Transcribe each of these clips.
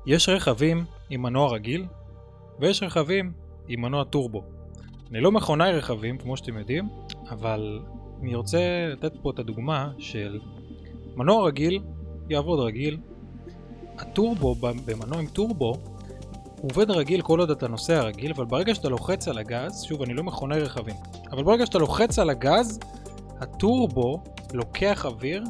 יש רכבים עם מנוע רגיל, ויש רכבים עם מנוע טורבו. אני לא מכונאי רכבים, כמו שאתם יודעים, אבל אני רוצה לתת פה את הדוגמה של מנוע רגיל, יעבוד רגיל. הטורבו, במנוע עם טורבו, הוא עובד רגיל כל עוד אתה נוסע רגיל, אבל ברגע שאתה לוחץ על הגז, שוב, אני לא מכונאי רכבים, אבל ברגע שאתה לוחץ על הגז, הטורבו לוקח אוויר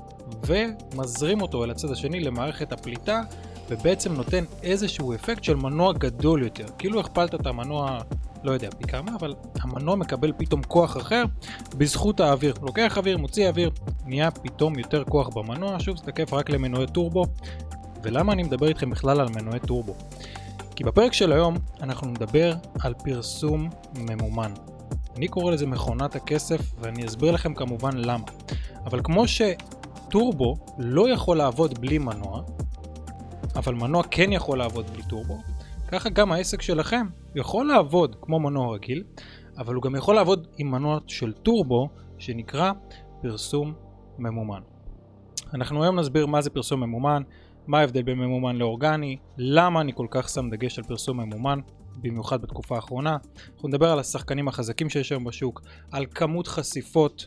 ומזרים אותו אל הצד השני למערכת הפליטה, ובעצם נותן איזשהו אפקט של מנוע גדול יותר. כאילו הכפלת את המנוע, לא יודע פי כמה, אבל המנוע מקבל פתאום כוח אחר בזכות האוויר. לוקח אוויר, מוציא אוויר, נהיה פתאום יותר כוח במנוע. שוב, זה תקף רק למנועי טורבו. ולמה אני מדבר איתכם בכלל על מנועי טורבו? כי בפרק של היום אנחנו נדבר על פרסום ממומן. אני קורא לזה מכונת הכסף, ואני אסביר לכם כמובן למה. אבל כמו שטורבו לא יכול לעבוד בלי מנוע, אבל מנוע כן יכול לעבוד בלי טורבו, ככה גם העסק שלכם יכול לעבוד כמו מנוע רגיל, אבל הוא גם יכול לעבוד עם מנוע של טורבו שנקרא פרסום ממומן. אנחנו היום נסביר מה זה פרסום ממומן, מה ההבדל בין ממומן לאורגני, למה אני כל כך שם דגש על פרסום ממומן, במיוחד בתקופה האחרונה. אנחנו נדבר על השחקנים החזקים שיש היום בשוק, על כמות חשיפות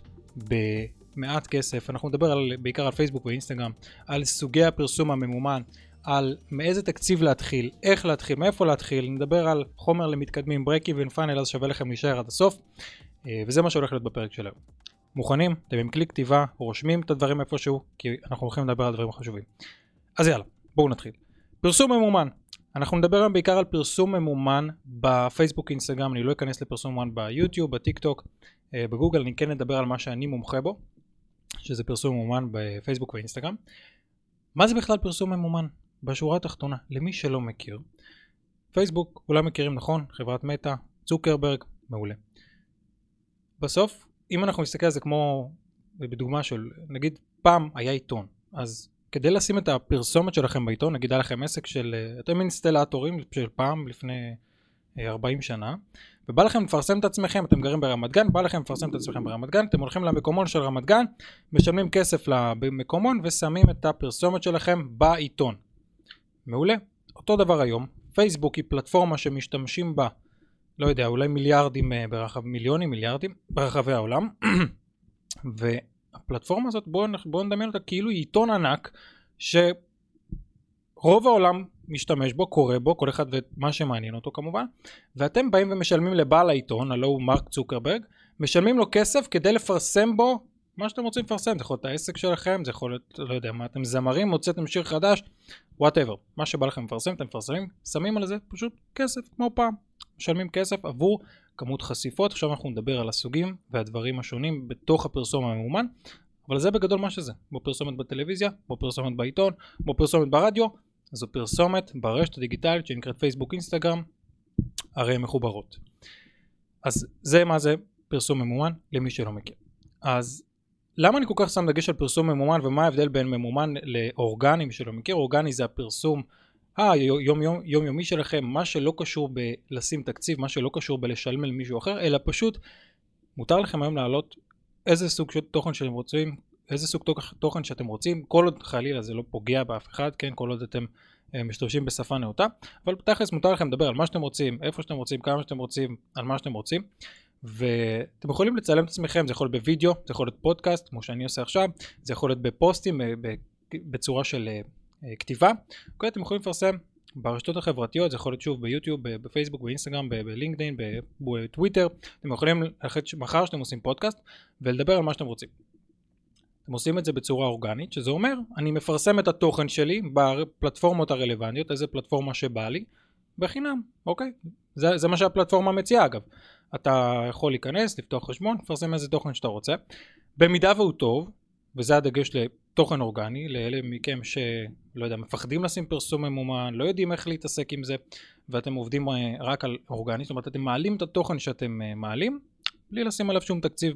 במעט כסף, אנחנו נדבר בעיקר על פייסבוק ואינסטגרם, על סוגי הפרסום הממומן, על מאיזה תקציב להתחיל, איך להתחיל, מאיפה להתחיל, נדבר על חומר למתקדמים, break-even funnel, אז שווה לכם להישאר עד הסוף, וזה מה שהולך להיות בפרק שלנו. מוכנים? אתם עם כלי כתיבה, רושמים את הדברים איפשהו, כי אנחנו הולכים לדבר על דברים חשובים. אז יאללה, בואו נתחיל. פרסום ממומן. אנחנו נדבר היום בעיקר על פרסום ממומן בפייסבוק, אינסטגרם, אני לא אכנס לפרסום ממומן ביוטיוב, בטיק טוק, בגוגל, אני כן נדבר על מה שאני מומחה בו, שזה פרסום ממומן בפייסבוק ואינסטגרם. מה זה בכלל פרסום ממומן? בשורה התחתונה, למי שלא מכיר, פייסבוק, אולי מכירים, נכון? חברת מטא, צוקרברג, מעולה. בסוף, אם אנחנו נסתכל על זה כמו בדוגמה של, נגיד, פעם היה עיתון, אז כדי לשים את הפרסומת שלכם בעיתון, נגיד היה לכם עסק של, אתם אינסטלטורים של פעם לפני 40 שנה, ובא לכם לפרסם את עצמכם, אתם גרים ברמת גן, בא לכם לפרסם את עצמכם ברמת גן, אתם הולכים למקומון של רמת גן, משלמים כסף למקומון ושמים את הפרסומת שלכם בעיתון. מעולה. אותו דבר היום, פייסבוק היא פלטפורמה שמשתמשים בה, לא יודע, אולי מיליונים, מיליארדים ברחבי העולם, והפלטפורמה הזאת, בואו נדמיין אותה כאילו היא עיתון ענק, שרוב העולם משתמש בו, קורא בו, כל אחד ומה שמעניין אותו כמובן, ואתם באים ומשלמים לבעל העיתון, הלא הוא מרק צוקרברג, משלמים לו כסף כדי לפרסם בו מה שאתם רוצים לפרסם. זה יכול להיות העסק שלכם, זה יכול להיות, לא יודע מה, אתם זמרים, הוצאתם שיר חדש, whatever, מה שבא לכם לפרסם, אתם מפרסמים, שמים על זה פשוט כסף כמו פעם, משלמים כסף עבור כמות חשיפות. עכשיו אנחנו נדבר על הסוגים והדברים השונים בתוך הפרסום הממומן, אבל זה בגדול מה שזה, בו פרסומת בטלוויזיה, בו פרסומת בעיתון, בו פרסומת ברדיו, אז זו פרסומת ברשת הדיגיטלית שנקראת פייסבוק, אינסטגרם, הרי מחוברות. אז זה מה זה פרסום ממומן למי שלא מכיר. אז למה אני כל כך שם דגש על פרסום ממומן, ומה ההבדל בין ממומן לאורגני? מי שלא מכיר, אורגני זה הפרסום יומיומי שלכם, מה שלא קשור בלשים תקציב, מה שלא קשור בלשלם למישהו אחר, אלא פשוט מותר לכם היום להעלות איזה סוג של תוכן שאתם רוצים, איזה סוג תוכן שאתם רוצים, כל עוד חלילה זה לא פוגע באף אחד, כן, כל עוד אתם משתמשים בשפה נאותה, אבל בתכלס מותר לכם לדבר על מה שאתם רוצים, איפה שאתם רוצים, כמה שאתם רוצים, על מה שאתם רוצים, ואתם יכולים לצלם את עצמכם, זה יכול להיות בווידאו, זה יכול להיות פודקאסט, כמו שאני עושה עכשיו, זה יכול להיות בפוסטים, בצורה של כתיבה, אתם יכולים לפרסם ברשתות החברתיות, זה יכול להיות שוב ביוטיוב, בפייסבוק, באינסטגרם, בלינקדאין, בטוויטר, אתם יכולים ללכת מחר שאתם עושים פודקאסט, ולדבר על מה שאתם רוצים. אתם עושים את זה בצורה אורגנית, שזה אומר, אני מפרסם את התוכן שלי בפלטפורמות הרלוונטיות, איזה פלטפורמה שבא לי, בחינם, אוקיי? זה מה שהפלטפורמה מציעה אגב. אתה יכול להיכנס, לפתוח חשבון, לפרסם איזה תוכן שאתה רוצה. במידה והוא טוב, וזה הדגש לתוכן אורגני, לאלה מכם שלא יודע, מפחדים לשים פרסום ממומן, לא יודעים איך להתעסק עם זה, ואתם עובדים רק על אורגני, זאת אומרת, אתם מעלים את התוכן שאתם מעלים, בלי לשים עליו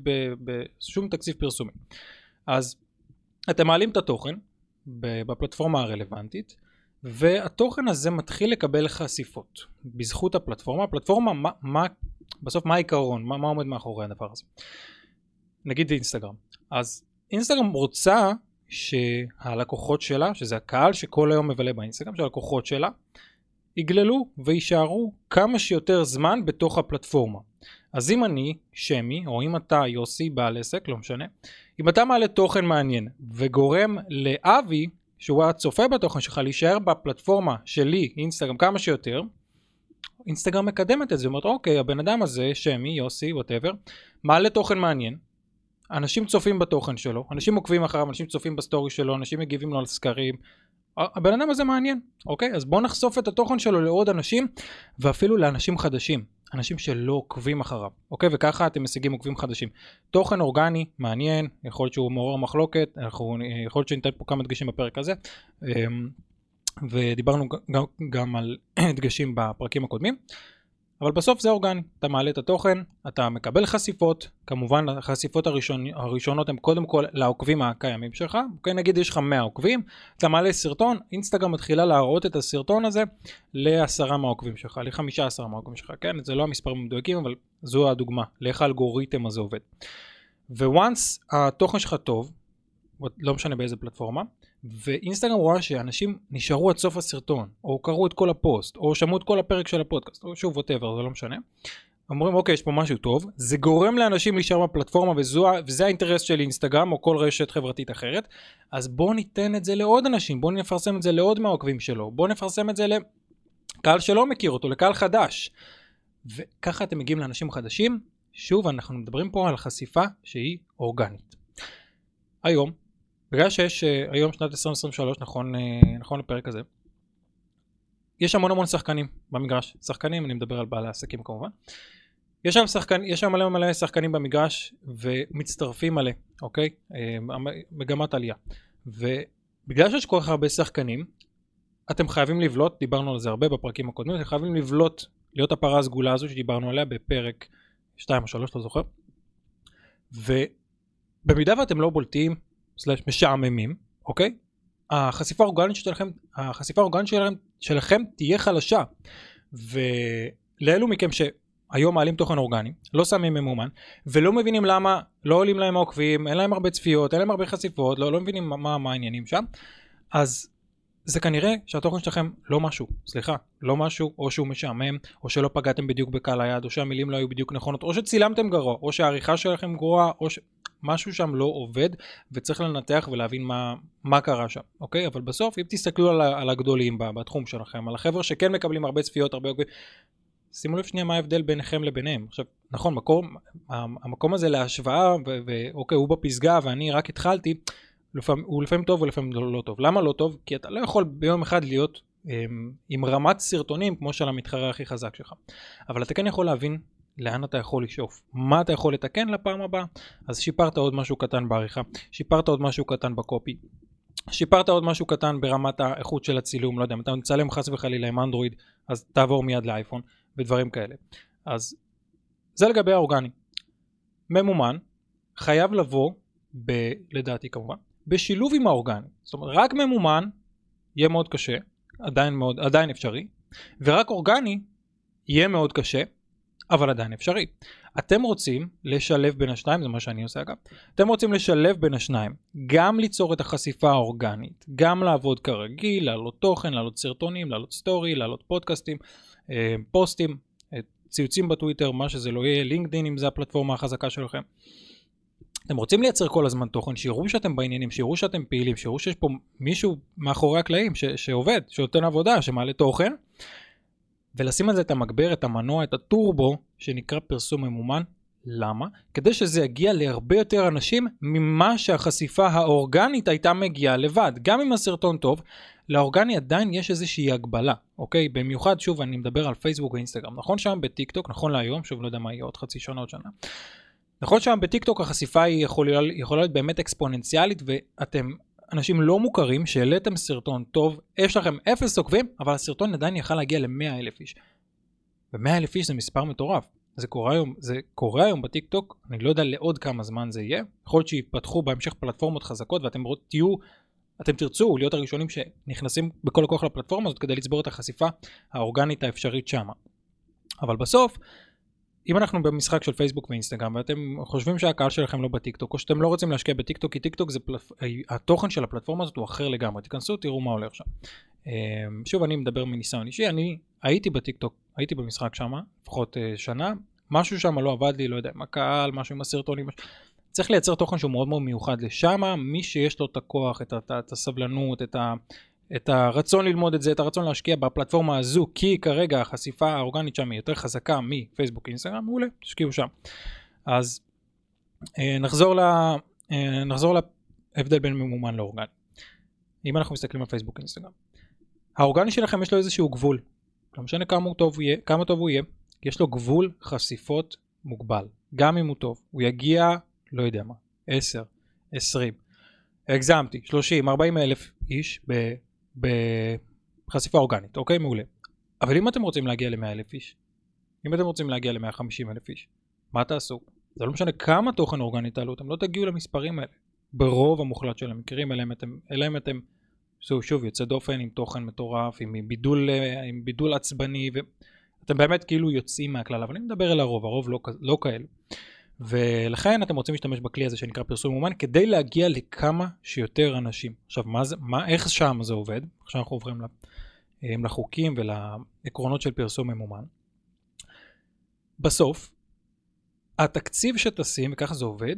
שום תקציב פרסומי. אז אתם מעלים את התוכן בפלטפורמה הרלוונטית, והתוכן הזה מתחיל לקבל חשיפות בזכות הפלטפורמה. הפלטפורמה, בסוף מה העיקרון? מה עומד מאחורי הדבר הזה? נגיד אינסטגרם. אז אינסטגרם רוצה שהלקוחות שלה, שזה הקהל שכל היום מבלה באינסטגרם, שהלקוחות שלה יגללו וישארו כמה שיותר זמן בתוך הפלטפורמה. אז אם אני, שמי, או אם אתה, יוסי, בעל עסק, לא משנה, אם אתה מעלה תוכן מעניין וגורם לאבי, שהוא הצופה בתוכן שלך, להישאר בפלטפורמה שלי, אינסטגרם, כמה שיותר, אינסטגרם מקדמת את זה, אומרת, אוקיי, הבן אדם הזה, שמי, יוסי, whatever, מעלה תוכן מעניין, אנשים צופים בתוכן שלו, אנשים עוקבים אחריו, אנשים צופים בסטורי שלו, אנשים מגיבים לו על סקרים, הבן אדם הזה מעניין, אוקיי? אז בואו נחשוף את התוכן שלו לעוד אנשים, ואפילו לאנשים חדשים, אנשים שלא עוקבים אחריו, אוקיי? וככה אתם משיגים עוקבים חדשים. תוכן אורגני, מעניין, יכול להיות שהוא מעורר מחלוקת, יכול להיות שניתן פה כמה דגשים בפרק הזה, ודיברנו גם על דגשים בפרקים הקודמים, אבל בסוף זה אורגני, אתה מעלה את התוכן, אתה מקבל חשיפות, כמובן החשיפות הראשונות הן קודם כל לעוקבים הקיימים שלך, אוקיי, נגיד יש לך 100 עוקבים, אתה מעלה סרטון, אינסטגרם מתחילה להראות את הסרטון הזה ל10 מהעוקבים שלך, ל15 מהעוקבים שלך, כן, זה לא המספרים מדויקים, אבל זו הדוגמה, לאיך האלגוריתם הזה עובד. וואנס התוכן שלך טוב, לא משנה באיזה פלטפורמה, ואינסטגרם רואה שאנשים נשארו עד סוף הסרטון, או קראו את כל הפוסט, או שמעו את כל הפרק של הפודקאסט, או שוב, whatever, זה לא משנה. אומרים, אוקיי, יש פה משהו טוב, זה גורם לאנשים להישאר בפלטפורמה, וזה האינטרס של אינסטגרם, או כל רשת חברתית אחרת, אז בואו ניתן את זה לעוד אנשים, בואו נפרסם את זה לעוד מהעוקבים שלו, בואו נפרסם את זה לקהל שלא מכיר אותו, לקהל חדש. וככה אתם מגיעים לאנשים חדשים. שוב, אנחנו מדברים פה על חשיפה שהיא אורגנית. היום, בגלל שיש היום שנת 2023, נכון לפרק הזה, יש המון שחקנים במגרש. שחקנים, אני מדבר על בעלי עסקים כמובן. יש שם מלא שחקנים במגרש ומצטרפים מלא, אוקיי? מגמת עלייה. ובגלל שיש כל כך הרבה שחקנים, אתם חייבים לבלוט, דיברנו על זה הרבה בפרקים הקודמים, אתם חייבים לבלוט, להיות הפרה הסגולה הזו שדיברנו עליה בפרק 2 או 3, לא זוכר. ובמידה ואתם לא בולטים, משעממים, אוקיי? החשיפה האורגנית שלכם תהיה חלשה. ולאלו מכם שהיום מעלים תוכן אורגני, לא שמים ממומן, ולא מבינים למה לא עולים להם העוקבים, אין להם הרבה צפיות, אין להם הרבה חשיפות, לא מבינים מה העניינים שם, אז זה כנראה שהתוכן שלכם לא משהו, או שהוא משעמם, או שלא פגעתם בדיוק בקהל היעד, או שהמילים לא היו בדיוק נכונות, או שצילמתם גרוע, או שהעריכה שלכם גרועה, או משהו שם לא עובד, וצריך לנתח ולהבין מה קרה שם, אוקיי? אבל בסוף, אם תסתכלו על הגדולים בתחום שלכם, על החבר'ה שכן מקבלים הרבה צפיות, הרבה עוקבים, שימו לב שנייה מה ההבדל ביניכם לביניהם. עכשיו, נכון, המקום הזה להשוואה, ואוקיי, הוא בפסגה ואני רק התחלתי, הוא לפעמים טוב ולפעמים לא טוב. למה לא טוב? כי אתה לא יכול ביום אחד להיות עם רמת סרטונים כמו של המתחרה הכי חזק שלך. אבל אתה כן יכול להבין לאן אתה יכול לשאוף, מה אתה יכול לתקן לפעם הבאה. אז שיפרת עוד משהו קטן בעריכה, שיפרת עוד משהו קטן בקופי, שיפרת עוד משהו קטן ברמת האיכות של הצילום, לא יודע, אם אתה מצלם חס וחלילה עם אנדרואיד, אז תעבור מיד לאייפון ודברים כאלה. אז זה לגבי האורגני. ממומן חייב לבוא, לדעתי כמובן, בשילוב עם האורגני. זאת אומרת, רק ממומן יהיה מאוד קשה, עדיין אפשרי, ורק אורגני יהיה מאוד קשה, אבל עדיין אפשרי. אתם רוצים לשלב בין השניים, זה מה שאני עושה אגב, אתם רוצים לשלב בין השניים, גם ליצור את החשיפה האורגנית, גם לעבוד כרגיל, לעלות תוכן, לעלות סרטונים, לעלות סטורי, לעלות פודקאסטים, פוסטים, ציוצים בטוויטר, מה שזה לא יהיה, לינקדין אם זה הפלטפורמה החזקה שלכם. אתם רוצים לייצר כל הזמן תוכן, שיראו שאתם בעניינים, שיראו שאתם פעילים, שיראו שיש פה מישהו מאחורי הקלעים שעובד, שנותן עבודה, שמעלה תוכן, ולשים על זה את המגבר, את המנוע, את הטורבו, שנקרא פרסום ממומן. למה? כדי שזה יגיע להרבה יותר אנשים ממה שהחשיפה האורגנית הייתה מגיעה לבד. גם אם הסרטון טוב, לאורגני עדיין יש איזושהי הגבלה, אוקיי? במיוחד, שוב, אני מדבר על פייסבוק ואינסטגרם. נכון שם בטיקטוק, נכון להיום, שוב, לא יודע מה יהיה עוד חצי שנה, עוד שנה. נכון שם בטיקטוק החשיפה היא יכולה להיות באמת אקספוננציאלית, ואתם אנשים לא מוכרים שהעליתם סרטון טוב, יש לכם 0 עוקבים, אבל הסרטון עדיין יכל להגיע ל100,000 איש. ו100,000 איש זה מספר מטורף. זה קורה היום בטיקטוק, אני לא יודע לעוד כמה זמן זה יהיה, יכול להיות שיפתחו בהמשך פלטפורמות חזקות, ואתם תרצו להיות הראשונים שנכנסים בכל הכוח לפלטפורמה הזאת, כדי לצבור את החשיפה האורגנית האפשרית שמה. אבל בסוף, אם אנחנו במשחק של פייסבוק ואינסטגרם, ואתם חושבים שהקהל שלכם לא בטיקטוק, או שאתם לא רוצים להשקיע בטיקטוק, כי טיקטוק זה התוכן של הפלטפורמה הזאת הוא אחר לגמרי. תיכנסו, תראו מה הולך שם. שוב, אני מדבר מניסיון אישי, אני הייתי בטיקטוק, הייתי במשחק שם, לפחות שנה, משהו שם לא עבד לי, לא יודע, עם הקהל, משהו עם הסרטונים, צריך לייצר תוכן שהוא מאוד מאוד מיוחד לשם, מי שיש לו את הכוח, את הסבלנות, את הרצון ללמוד את זה, את הרצון להשקיע בפלטפורמה הזו, כי כרגע החשיפה האורגנית שם היא יותר חזקה מפייסבוק אינסטגרם, מעולה, תשקיעו שם. אז נחזור להבדל בין ממומן לאורגני. אם אנחנו מסתכלים על פייסבוק אינסטגרם, האורגני שלכם יש לו איזשהו גבול, לא משנה כמה טוב הוא יהיה, יש לו גבול חשיפות מוגבל, גם אם הוא טוב, הוא יגיע, לא יודע מה, 10, 20, הגזמתי, 30, 40 אלף איש בחשיפה אורגנית, אוקיי? מעולה. אבל אם אתם רוצים להגיע ל100 אלף איש, אם אתם רוצים להגיע ל150 אלף איש, מה תעשו? זה לא משנה כמה תוכן אורגני תעלו, אתם לא תגיעו למספרים האלה, ברוב המוחלט של המקרים, אליהם אתם שוב יוצא דופן עם תוכן מטורף, עם בידול עצבני, ואתם באמת כאילו יוצאים מהכלל, אבל אני מדבר על הרוב לא כאלה. ולכן אתם רוצים להשתמש בכלי הזה שנקרא פרסום ממומן כדי להגיע לכמה שיותר אנשים. עכשיו, איך שם זה עובד? עכשיו אנחנו עוברים לחוקים ולעקרונות של פרסום ממומן. בסוף, התקציב שתשים, וככה זה עובד,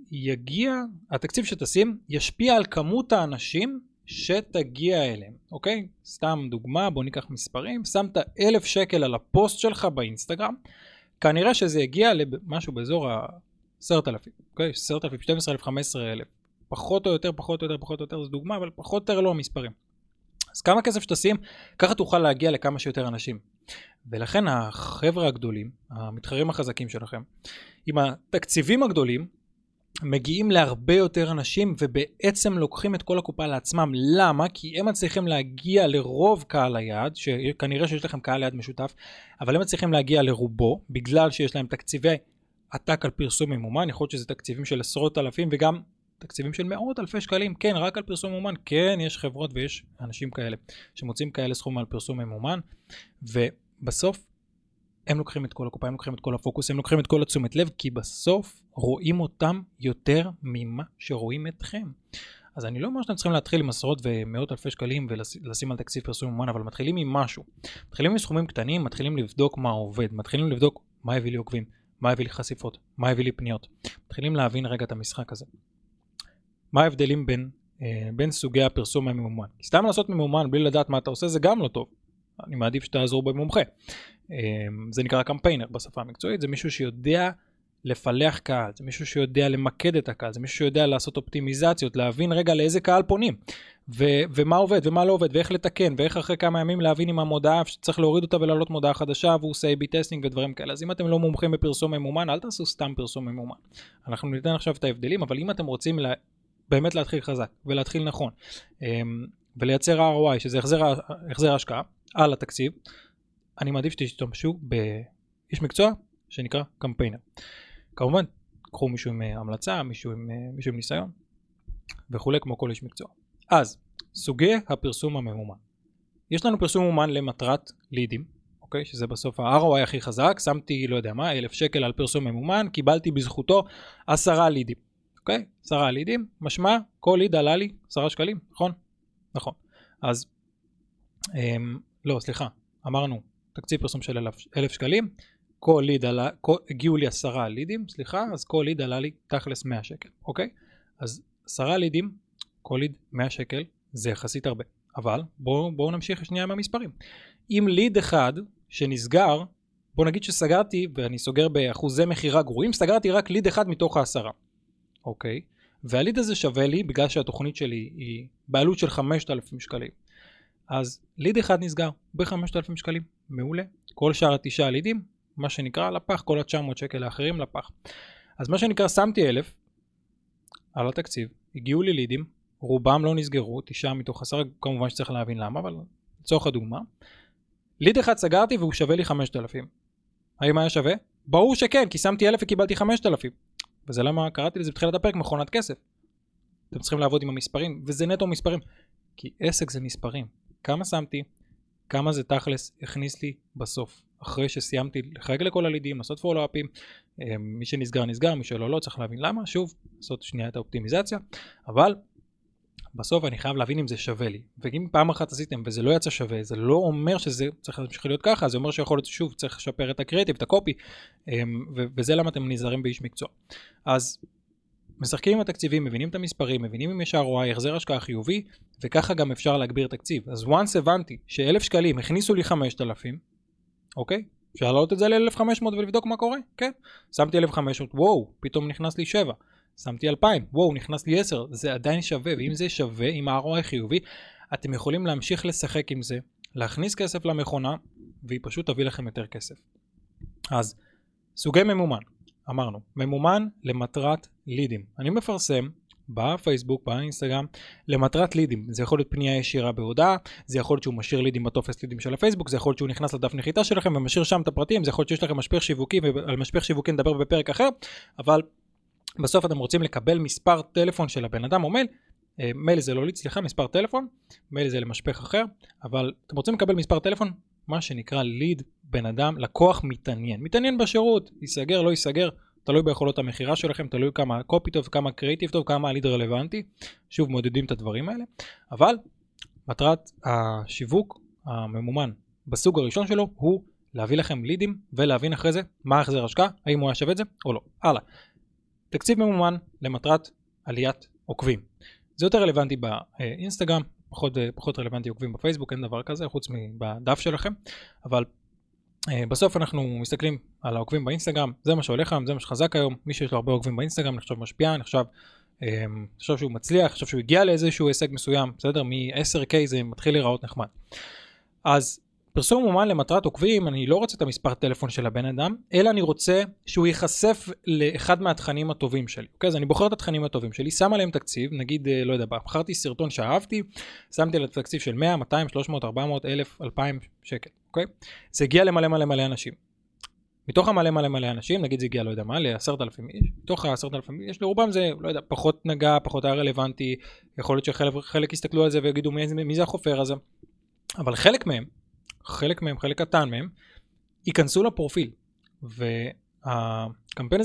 התקציב שתשים ישפיע על כמות האנשים שתגיע אליהם, אוקיי? סתם דוגמה, בוא ניקח מספרים, שמת 1,000 שקל על הפוסט שלך באינסטגרם, כנראה שזה הגיע למשהו באזור ה-10,000, אוקיי? 10,000, 12,000, 15,000. פחות או יותר, זו דוגמה, אבל פחות או יותר לא המספרים. אז כמה כסף שתשים, ככה תוכל להגיע לכמה שיותר אנשים. ולכן החבר'ה הגדולים, המתחרים החזקים שלכם, עם התקציבים הגדולים, מגיעים להרבה יותר אנשים, ובעצם לוקחים את כל הקופה לעצמם. למה? כי הם מצליחים להגיע לרוב קהל היעד, שכנראה שיש לכם קהל יעד משותף, אבל הם מצליחים להגיע לרובו, בגלל שיש להם תקציבי עתק על פרסום ממומן, יכול להיות שזה תקציבים של עשרות אלפים, וגם תקציבים של מאות אלפי שקלים, כן, רק על פרסום ממומן, כן, יש חברות ויש אנשים כאלה, שמוצאים כאלה סכום על פרסום ממומן, ובסוף, הם לוקחים את כל הקופה, הם לוקחים את כל הפוקוס, הם לוקחים את כל התשומת לב, כי בסוף רואים אותם יותר ממה שרואים אתכם. אז אני לא אומר שאתם צריכים להתחיל עם עשרות ומאות אלפי שקלים ולשים על תקציב פרסום ממומן, אבל מתחילים עם משהו. מתחילים עם סכומים קטנים, מתחילים לבדוק מה עובד, מתחילים לבדוק מה הביא לי עוקבים, מה הביא לי חשיפות, מה הביא לי פניות. מתחילים להבין רגע את המשחק הזה. מה ההבדלים בין סוגי הפרסום הממומן? סתם לעשות ממומן בלי לדעת מה אתה עושה, זה גם לא טוב. אני מעדיף שתעזור במומחה. זה נקרא קמפיינר בשפה המקצועית, זה מישהו שיודע לפלח קהל, זה מישהו שיודע למקד את הקהל, זה מישהו שיודע לעשות אופטימיזציות, להבין רגע לאיזה קהל פונים, ומה עובד ומה לא עובד, ואיך לתקן, ואיך אחרי כמה ימים להבין עם המודעה שצריך להוריד אותה ולהעלות מודעה חדשה, והוא עושה A/B טסטינג ודברים כאלה. אז אם אתם לא מומחים בפרסום ממומן, אל תעשו סתם פרסום ממומן. אנחנו ניתן עכשיו את ההבדלים, אבל אם אתם רוצים באמת להתחיל חזק ולהתחיל נכון, ולייצר ROI, שזה החזר השקעה על התקציב, אני מעדיף שתשתמשו באיש מקצוע שנקרא קמפיינר. כמובן, קחו מישהו עם המלצה, מישהו עם ניסיון, וכולי כמו כל איש מקצוע. אז, סוגי הפרסום הממומן. יש לנו פרסום ממומן למטרת לידים, אוקיי? שזה בסוף ה-ROI הכי חזק, שמתי, לא יודע מה, 1,000 שקל על פרסום ממומן, קיבלתי בזכותו 10 לידים, אוקיי? 10 לידים, משמע, כל ליד עלה לי 10 שקלים, נכון? נכון. אז, לא, סליחה, אמרנו, תקציב פרסום של 1,000 שקלים, כל ליד עלה, הגיעו לי 10 לידים, סליחה, אז כל ליד עלה לי תכלס 100 שקל, אוקיי? אז 10 לידים, כל ליד 100 שקל, זה יחסית הרבה. אבל בואו נמשיך שנייה עם המספרים. אם ליד אחד שנסגר, בואו נגיד שסגרתי, ואני סוגר באחוזי מחירה גרועים, סגרתי רק ליד אחד מתוך 10, אוקיי? והליד הזה שווה לי, בגלל שהתוכנית שלי היא בעלות של 5,000 שקלים. אז ליד אחד נסגר ב-5,000 שקלים, מעולה. כל שאר 9 לידים, מה שנקרא לפח, כל ה-900 שקל האחרים לפח. אז מה שנקרא, שמתי 1,000 על התקציב, הגיעו לי לידים, רובם לא נסגרו, 9 מתוך 10, כמובן שצריך להבין למה, אבל לצורך הדוגמה. ליד אחד סגרתי והוא שווה לי 5,000. האם היה שווה? ברור שכן, כי שמתי 1,000 וקיבלתי 5,000. וזה למה קראתי לזה בתחילת הפרק, מכונת כסף. אתם צריכים לעבוד עם המספרים, וזה נטו מספרים. כי עסק זה מספרים. כמה שמתי, כמה זה תכלס הכניס לי בסוף אחרי שסיימתי לחייג לכל הלידים, לעשות פולו-אפים, מי שנסגר נסגר, מי שלא לא, צריך להבין למה, שוב, לעשות שנייה את האופטימיזציה, אבל בסוף אני חייב להבין אם זה שווה לי, ואם פעם אחת עשיתם וזה לא יצא שווה, זה לא אומר שזה צריך להמשיך להיות ככה, זה אומר שיכול להיות שוב צריך לשפר את הקריאטיב, את הקופי, וזה למה אתם נזהרים באיש מקצוע. אז משחקים עם התקציבים, מבינים את המספרים, מבינים אם יש ROI, החזר השקעה חיובי, וככה גם אפשר להגביר תקציב. אז once הבנתי ש1,000 שקלים הכניסו לי 5,000, אוקיי? אפשר להעלות את זה ל-1,500 ולבדוק מה קורה? כן. שמתי 1,500, וואו, פתאום נכנס לי 7. שמתי 2,000, וואו, נכנס לי 10. זה עדיין שווה, ואם זה שווה, עם ROI חיובי, אתם יכולים להמשיך לשחק עם זה, להכניס כסף למכונה, והיא פשוט תביא לכם יותר כסף. אז, סוגי ממומן. אמרנו, ממומן למטרת לידים. אני מפרסם בפייסבוק, באינסטגרם, למטרת לידים. זה יכול להיות פנייה ישירה בהודעה, זה יכול להיות שהוא משאיר לידים בטופס לידים של הפייסבוק, זה יכול להיות שהוא נכנס לדף נחיתה שלכם ומשאיר שם את הפרטים, זה יכול להיות שיש לכם משפך שיווקי, ועל משפך שיווקי נדבר בפרק אחר, אבל בסוף אתם רוצים לקבל מספר טלפון של הבן אדם או מייל, מייל זה לא ליד, סליחה, מספר טלפון, מייל זה למשפך אחר, אבל אתם רוצים לקבל מספר טלפון, מה שנקרא ליד, בן אדם, לקוח מתעניין בשירות, ייסגר, לא ייסגר, תלוי ביכולות המחירה שלכם, תלוי כמה קופי טוב, כמה קריאיטיב טוב, כמה הליד רלוונטי, שוב מודדים את הדברים האלה, אבל מטרת השיווק הממומן בסוג הראשון שלו הוא להביא לכם לידים ולהבין אחרי זה מה החזר השקעה, האם הוא היה שווה את זה או לא. הלאה. תקציב ממומן למטרת עליית עוקבים. זה יותר רלוונטי באינסטגרם, פחות רלוונטי עוקבים בפייסבוק, אין דבר כזה חוץ מבדף שלכם, אבל בסוף אנחנו מסתכלים על העוקבים באינסטגרם, זה מה שהולך היום, זה מה שחזק היום, מי שיש לו הרבה עוקבים באינסטגרם נחשב משפיע, נחשב שהוא מצליח, נחשב שהוא הגיע לאיזשהו הישג מסוים, בסדר? מ-10K זה מתחיל להיראות נחמד. אז פרסום ממומן למטרת עוקבים, אני לא רוצה את המספר טלפון של הבן אדם, אלא אני רוצה שהוא ייחשף לאחד מהתכנים הטובים שלי. אוקיי? אז אני בוחר את התכנים הטובים שלי, שם עליהם תקציב, נגיד, לא יודע, בחרתי סרטון שאהבתי, שמתי על תקציב של 100, 200, 300, 400, 1,000, 2,000 שקל. אוקיי? זה הגיע למלא אנשים. מתוך המלא אנשים, נגיד זה הגיע, לא יודע מה, ל10,000 איש, מתוך ה10,000 איש, לרובם זה, לא יודע, פחות נגע, פחות היה רלוונטי, יכול להיות שחלק יסתכלו על זה ויגידו מי זה החופר הזה, אבל חלק קטן מהם, ייכנסו לפרופיל, והקמפיין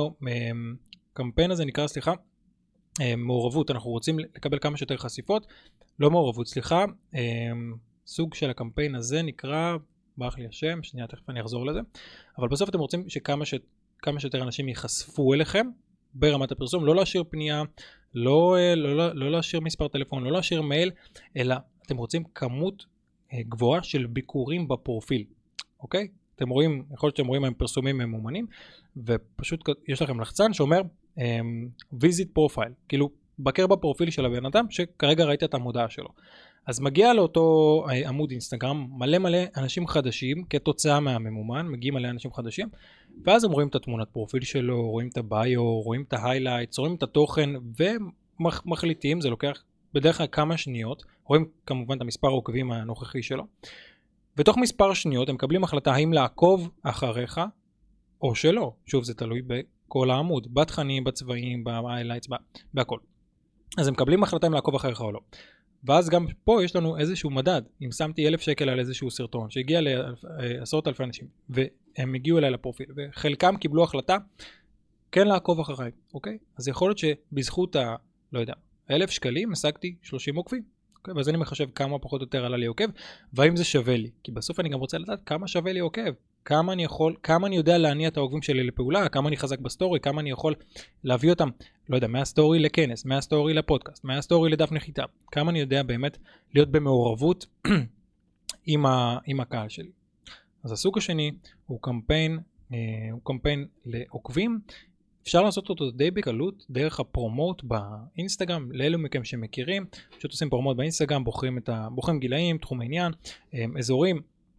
הזה נקרא, מעורבות, אנחנו רוצים לקבל כמה שיותר חשיפות, לא מעורבות, סוג של הקמפיין הזה נקרא, ברח לי השם, שנייה תכף אני אחזור לזה, אבל בסוף אתם רוצים שכמה שיותר אנשים ייחשפו אליכם ברמת הפרסום, לא להשאיר פנייה, לא להשאיר מספר טלפון, לא להשאיר מייל, אלא אתם רוצים כמות גבוהה של ביקורים בפרופיל, אוקיי? אתם רואים, יכול להיות שאתם רואים עם פרסומים ממומנים, ופשוט יש לכם לחצן שאומר visit profile, כאילו בקר בפרופיל של הבן אדם שכרגע ראית את המודעה שלו. אז מגיע לאותו עמוד אינסטגרם מלא אנשים חדשים כתוצאה מהממומן, מגיעים מלא אנשים חדשים, ואז הם רואים את התמונת פרופיל שלו, רואים את הביו, רואים את ההיילייטס, רואים את התוכן, ומחליטים, זה לוקח בדרך כלל כמה שניות, רואים כמובן את המספר העוקבים הנוכחי שלו, ותוך מספר שניות הם מקבלים החלטה האם לעקוב אחריך או שלא, שוב זה תלוי בכל העמוד, בתכנים, בצבעים, בהיילייטס, בהכל. אז הם מקבלים החלטה אם לעקוב אחריך או לא. ואז גם פה יש לנו איזשהו מדד, אם שמתי 1,000 שקל על איזשהו סרטון שהגיע לעשרות אלפי אנשים והם הגיעו אליי לפרופיל וחלקם קיבלו החלטה כן לעקוב אחריי, אוקיי? אז יכול להיות שבזכות לא יודע, 1,000 שקלים השגתי 30 עוקבים, אוקיי? ואז אני מחשב כמה פחות או יותר עלה לי עוקב והאם זה שווה לי, כי בסוף אני גם רוצה לדעת כמה שווה לי עוקב, כמה אני יודע להניע את העוקבים שלי לפעולה, כמה אני חזק בסטורי, כמה אני יכול להביא אותם, לא יודע, מהסטורי לכנס, מהסטורי לפודקאסט, מהסטורי לדף נחיתה, כמה אני יודע באמת להיות במעורבות עם הקהל שלי. אז הסוג השני הוא קמפיין לעוקבים, אפשר לעשות אותו די בקלות דרך הפרומוט באינסטגרם, לאלו מכם שמכירים, פשוט עושים פרומוט באינסטגרם, בוחרים גילאים, תחום העניין, אזורים,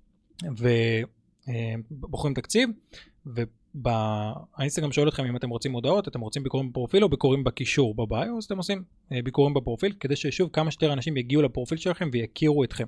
בוחרים תקציב, והאינסטגרם שואל אתכם אם אתם רוצים הודעות, אתם רוצים ביקורים בפרופיל או ביקורים בקישור בביו, אז אתם עושים ביקורים בפרופיל, כדי ששוב כמה שיותר אנשים יגיעו לפרופיל שלכם ויכירו אתכם.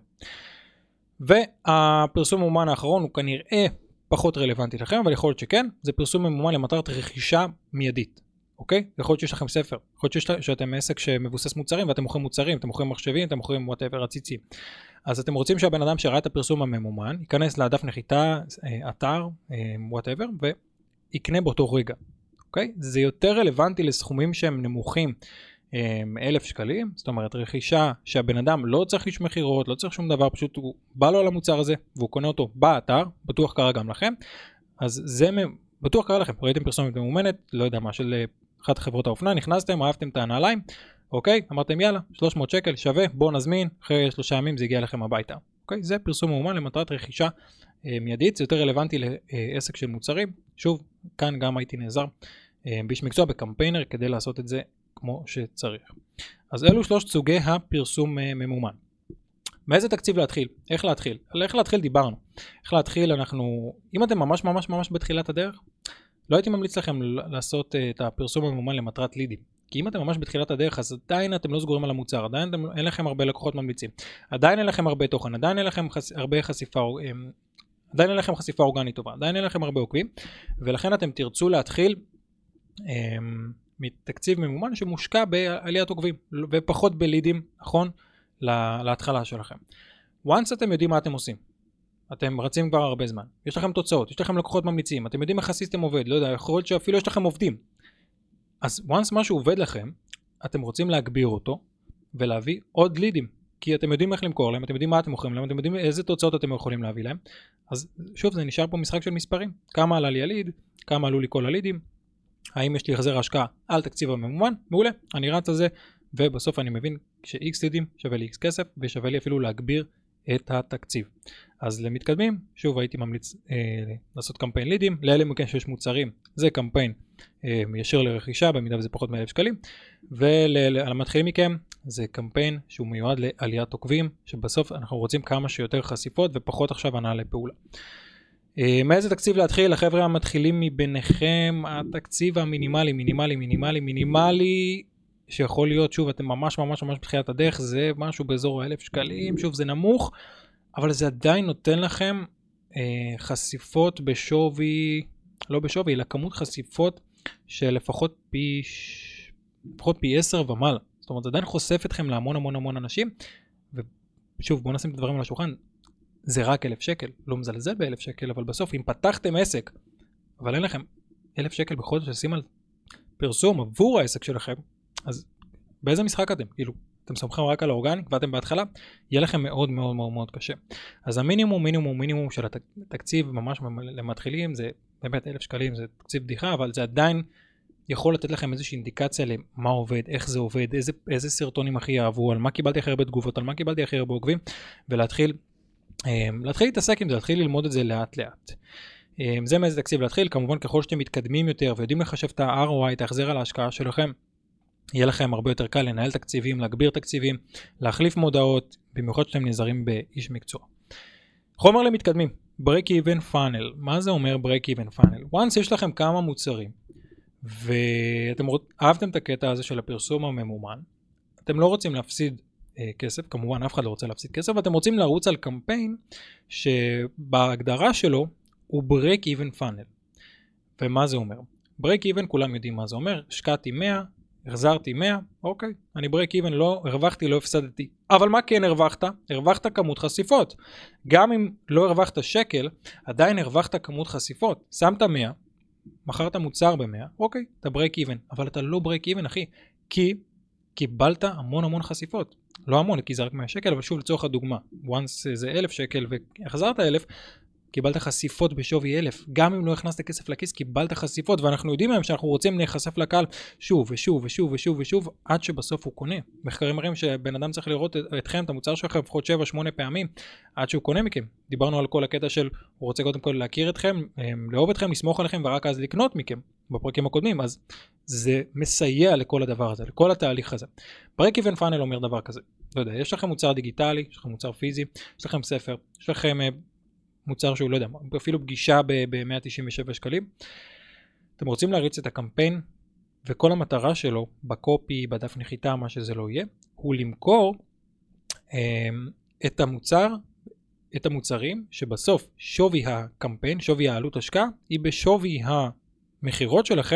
והפרסום ממומן האחרון הוא כנראה פחות רלוונטי לכם, אבל יכול להיות שכן, זה פרסום ממומן למטרת רכישה מיידית, אוקיי? יכול להיות שיש לכם ספר, יכול להיות שאתם עסק שמבוסס מוצרים, ואתם מוכרים מוצרים, אתם מוכרים מחשבים, אתם מוכרים whatever, עציצים. אז אתם רוצים שהבן אדם שראה את הפרסום הממומן, ייכנס לדף נחיתה, אתר, whatever, ויקנה באותו רגע. אוקיי? זה יותר רלוונטי לסכומים שהם נמוכים, 1,000 שקלים, זאת אומרת רכישה שהבן אדם לא צריך איש מחירות, לא צריך שום דבר, פשוט הוא בא לו על המוצר הזה, והוא קונה אותו באתר, בטוח קרה גם לכם, אז זה בטוח קרה לכם, ראיתם פרסומת ממומנת, לא יודע מה, של אחת חברות האופנה, נכנסתם, אהבתם את הנעליים, אוקיי, אמרתם יאללה, 300 שקל שווה, בוא נזמין, אחרי 3 ימים זה הגיע לכם הביתה. אוקיי, זה פרסום ממומן למטרת רכישה מיידית, זה יותר רלוונטי לעסק של מוצרים. שוב, כאן גם הייתי נעזר באיש מקצוע, בקמפיינר, כדי לעשות את זה כמו שצריך. אז אלו 3 סוגי הפרסום ממומן. מאיזה תקציב להתחיל? איך להתחיל? על איך להתחיל דיברנו. איך להתחיל אם אתם ממש ממש ממש בתחילת הדרך, לא הייתי ממליץ לכם לעשות את הפרסום הממומן למטרת לידים. כי אם אתם ממש בתחילת הדרך, אז עדיין אתם לא סגורים על המוצר, עדיין אין לכם הרבה לקוחות ממליצים, עדיין אין לכם הרבה תוכן, עדיין אין לכם הרבה עדיין אין לכם חשיפה אורגנית טובה, עדיין אין לכם הרבה עוקבים, ולכן אתם תרצו להתחיל מתקציב ממומן שמושקע בעליית עוקבים, ופחות בלידים, נכון? להתחלה שלכם. once אתם יודעים מה אתם עושים, אתם רצים כבר הרבה זמן, יש לכם תוצאות, יש לכם לקוחות ממליצים, אתם יודעים איך הסיסטם עובד, לא יודע, יכול להיות שאפילו יש לכם עובדים. אז once משהו עובד לכם, אתם רוצים להגביר אותו ולהביא עוד לידים, כי אתם יודעים איך למכור להם, אתם יודעים מה אתם מוכרים להם, אתם יודעים איזה תוצאות אתם יכולים להביא להם. אז שוב, זה נשאר פה משחק של מספרים, כמה עלה לי הליד, כמה עלו לי כל הלידים, האם יש לי החזר השקעה על תקציב הממומן, מעולה, אני רץ על זה, ובסוף אני מבין ש-X לידים שווה לי X כסף, ושווה לי אפילו להגביר את התקציב. אז למתקדמים, שוב הייתי ממליץ לעשות קמפיין לידים, לאלה מכן שיש מוצרים, זה קמפיין ישיר לרכישה, במידה וזה פחות מ1,000 שקלים, ועל המתחילים מכם, זה קמפיין שהוא מיועד לעליית עוקבים, שבסוף אנחנו רוצים כמה שיותר חשיפות, ופחות עכשיו הנעה לפעולה. מאיזה תקציב להתחיל? החבר'ה המתחילים מביניכם, התקציב המינימלי, שיכול להיות, שוב, אתם ממש בתחילת הדרך, זה משהו באזור 1,000 שקלים, שוב, זה נמוך, אבל זה עדיין נותן לכם חשיפות בשווי, לא בשווי, אלא כמות חשיפות של לפחות פי 10 ומעלה. זאת אומרת, זה עדיין חושף אתכם להמון אנשים, ושוב, בואו נשים את הדברים על השולחן, זה רק 1,000 שקל, לא מזלזל ב1,000 שקל, אבל בסוף, אם פתחתם עסק, אבל אין לכם 1,000 שקל בחודש לשים על פרסום עבור העסק שלכם, אז באיזה משחק אתם? כאילו, אתם סומכים רק על האורגניק ואתם בהתחלה, יהיה לכם מאוד קשה. אז המינימום של התקציב ממש למתחילים, זה באמת 1,000 שקלים, זה תקציב בדיחה, אבל זה עדיין יכול לתת לכם איזושהי אינדיקציה למה עובד, איך זה עובד, איזה סרטונים הכי יעברו, על מה קיבלתי הכי הרבה תגובות, על מה קיבלתי הכי הרבה עוקבים, ולהתחיל להתעסק עם זה, להתחיל ללמוד את זה לאט. זה מאיזה תקציב להתחיל, כמובן ככל שאתם מתקדמים יותר ויודעים לחשב את ה-ROI, את ההחזר על ההשקעה שלכם, יהיה לכם הרבה יותר קל לנהל תקציבים, להגביר תקציבים, להחליף מודעות, במיוחד שאתם נעזרים באיש מקצוע. חומר למתקדמים, break even funnel. מה זה אומר break even funnel? once יש לכם כמה מוצרים, ואתם אהבתם את הקטע הזה של הפרסום הממומן, אתם לא רוצים להפסיד כסף, כמובן אף אחד לא רוצה להפסיד כסף, ואתם רוצים לרוץ על קמפיין שבהגדרה שלו הוא break even funnel. ומה זה אומר? break even, כולם יודעים מה זה אומר, השקעתי 100, החזרתי 100, אוקיי, אני ברייק איבן, לא הרווחתי, לא הפסדתי. אבל מה כן הרווחת? הרווחת כמות חשיפות. גם אם לא הרווחת שקל, עדיין הרווחת כמות חשיפות. שמת 100, מכרת מוצר ב100, אוקיי, אתה ברייק איבן. אבל אתה לא ברייק איבן, אחי, כי קיבלת המון חשיפות. לא המון, כי זה רק 100 שקל, אבל שוב לצורך הדוגמה, once זה 1,000 שקל והחזרת 1,000, קיבלת חשיפות בשווי 1,000, גם אם לא הכנסת כסף לכיס, קיבלת חשיפות, ואנחנו יודעים היום שאנחנו רוצים להיחשף לקהל שוב ושוב, עד שבסוף הוא קונה. מחקרים מראים שבן אדם צריך לראות אתכם, את המוצר שלכם, לפחות 7-8 פעמים, עד שהוא קונה מכם. דיברנו על כל הקטע של, הוא רוצה קודם כל להכיר אתכם, לאהוב אתכם, לסמוך עליכם, ורק אז לקנות מכם, בפרקים הקודמים. אז זה מסייע לכל הדבר הזה, לכל התהליך הזה. break even funnel אומר דבר כזה. לא יודע, יש לכם מוצר דיגיטלי, יש לכם מוצר פיזי, יש לכם ספר, יש לכם מוצר שהוא לא יודע, אפילו פגישה ב-197 שקלים. אתם רוצים להריץ את הקמפיין, וכל המטרה שלו, בקופי, בדף נחיתה, מה שזה לא יהיה, הוא למכור את המוצרים, שבסוף שווי הקמפיין, שווי העלות השקעה, היא בשווי המחירות שלכם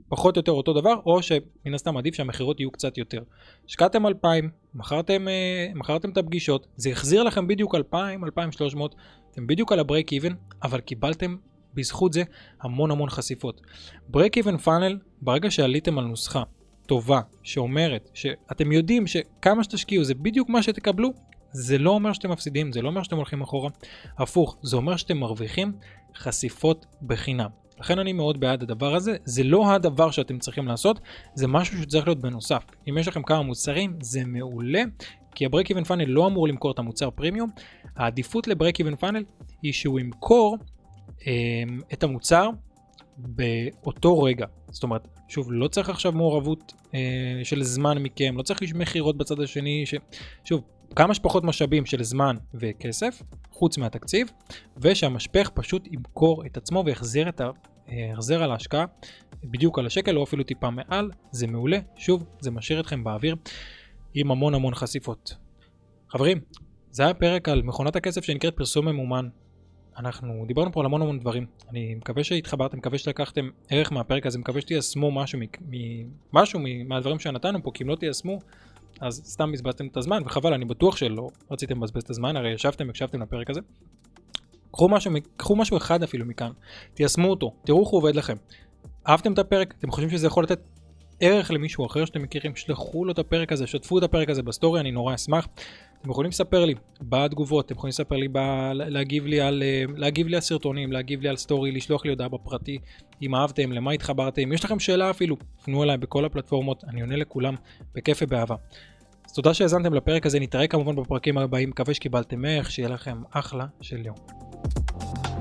פחות או יותר אותו דבר, או שמן הסתם עדיף שהמחירות יהיו קצת יותר. השקעתם 2,000, מכרתם את הפגישות, זה החזיר לכם בדיוק 2,000, 2,300, אתם בדיוק על הברייק איבן, אבל קיבלתם בזכות זה המון חשיפות. ברייק איבן פאנל, ברגע שעליתם על נוסחה טובה, שאומרת שאתם יודעים שכמה שתשקיעו זה בדיוק מה שתקבלו, זה לא אומר שאתם מפסידים, זה לא אומר שאתם הולכים אחורה, הפוך, זה אומר שאתם מרוויחים חשיפות בחינם. לכן אני מאוד בעד הדבר הזה, זה לא הדבר שאתם צריכים לעשות, זה משהו שצריך להיות בנוסף. אם יש לכם כמה מוצרים, זה מעולה, כי הברייק איבן פאנל לא אמור למכור את המוצר פרימיום, העדיפות לברייק איבן פאנל היא שהוא ימכור את המוצר באותו רגע. זאת אומרת, שוב, לא צריך עכשיו מעורבות של זמן מכם, לא צריך מחירות בצד השני, שוב, כמה שפחות משאבים של זמן וכסף, חוץ מהתקציב, ושהמשפך פשוט ימכור את עצמו ויחזר על ההשקעה בדיוק על השקל או אפילו טיפה מעל, זה מעולה, שוב, זה משאיר אתכם באוויר עם המון חשיפות. חברים, זה היה פרק על מכונת הכסף שנקראת פרסום ממומן. אנחנו דיברנו פה על המון דברים, אני מקווה שהתחברתם, מקווה שלקחתם ערך מהפרק הזה, מקווה שתיישמו משהו מהדברים שנתנו פה, כי אם לא תיישמו, אז סתם בזבזתם את הזמן, וחבל, אני בטוח שלא רציתם לבזבז את הזמן, הרי הקשבתם לפרק הזה. קחו משהו אחד אפילו מכאן, תיישמו אותו, תראו איך הוא עובד לכם. אהבתם את הפרק, אתם חושבים שזה יכול לתת ערך למישהו אחר שאתם מכירים, שלחו לו את הפרק הזה, שתפו את הפרק הזה בסטורי, אני נורא אשמח. אתם יכולים לספר לי בתגובות, אתם יכולים לספר לי, להגיב לי על סרטונים, להגיב לי על סטורי, לשלוח לי הודעה בפרטי, אם אהבתם, למה התחברתם, יש לכם שאלה אפילו, פנו אליי בכל הפלטפורמות, אני עונה לכולם בכיף ובאהבה. אז תודה שהאזנתם לפרק הזה, נתראה כמובן בפרקים הבאים, מקווה שקיבלתם ערך, שיהיה לכם אחלה של יום.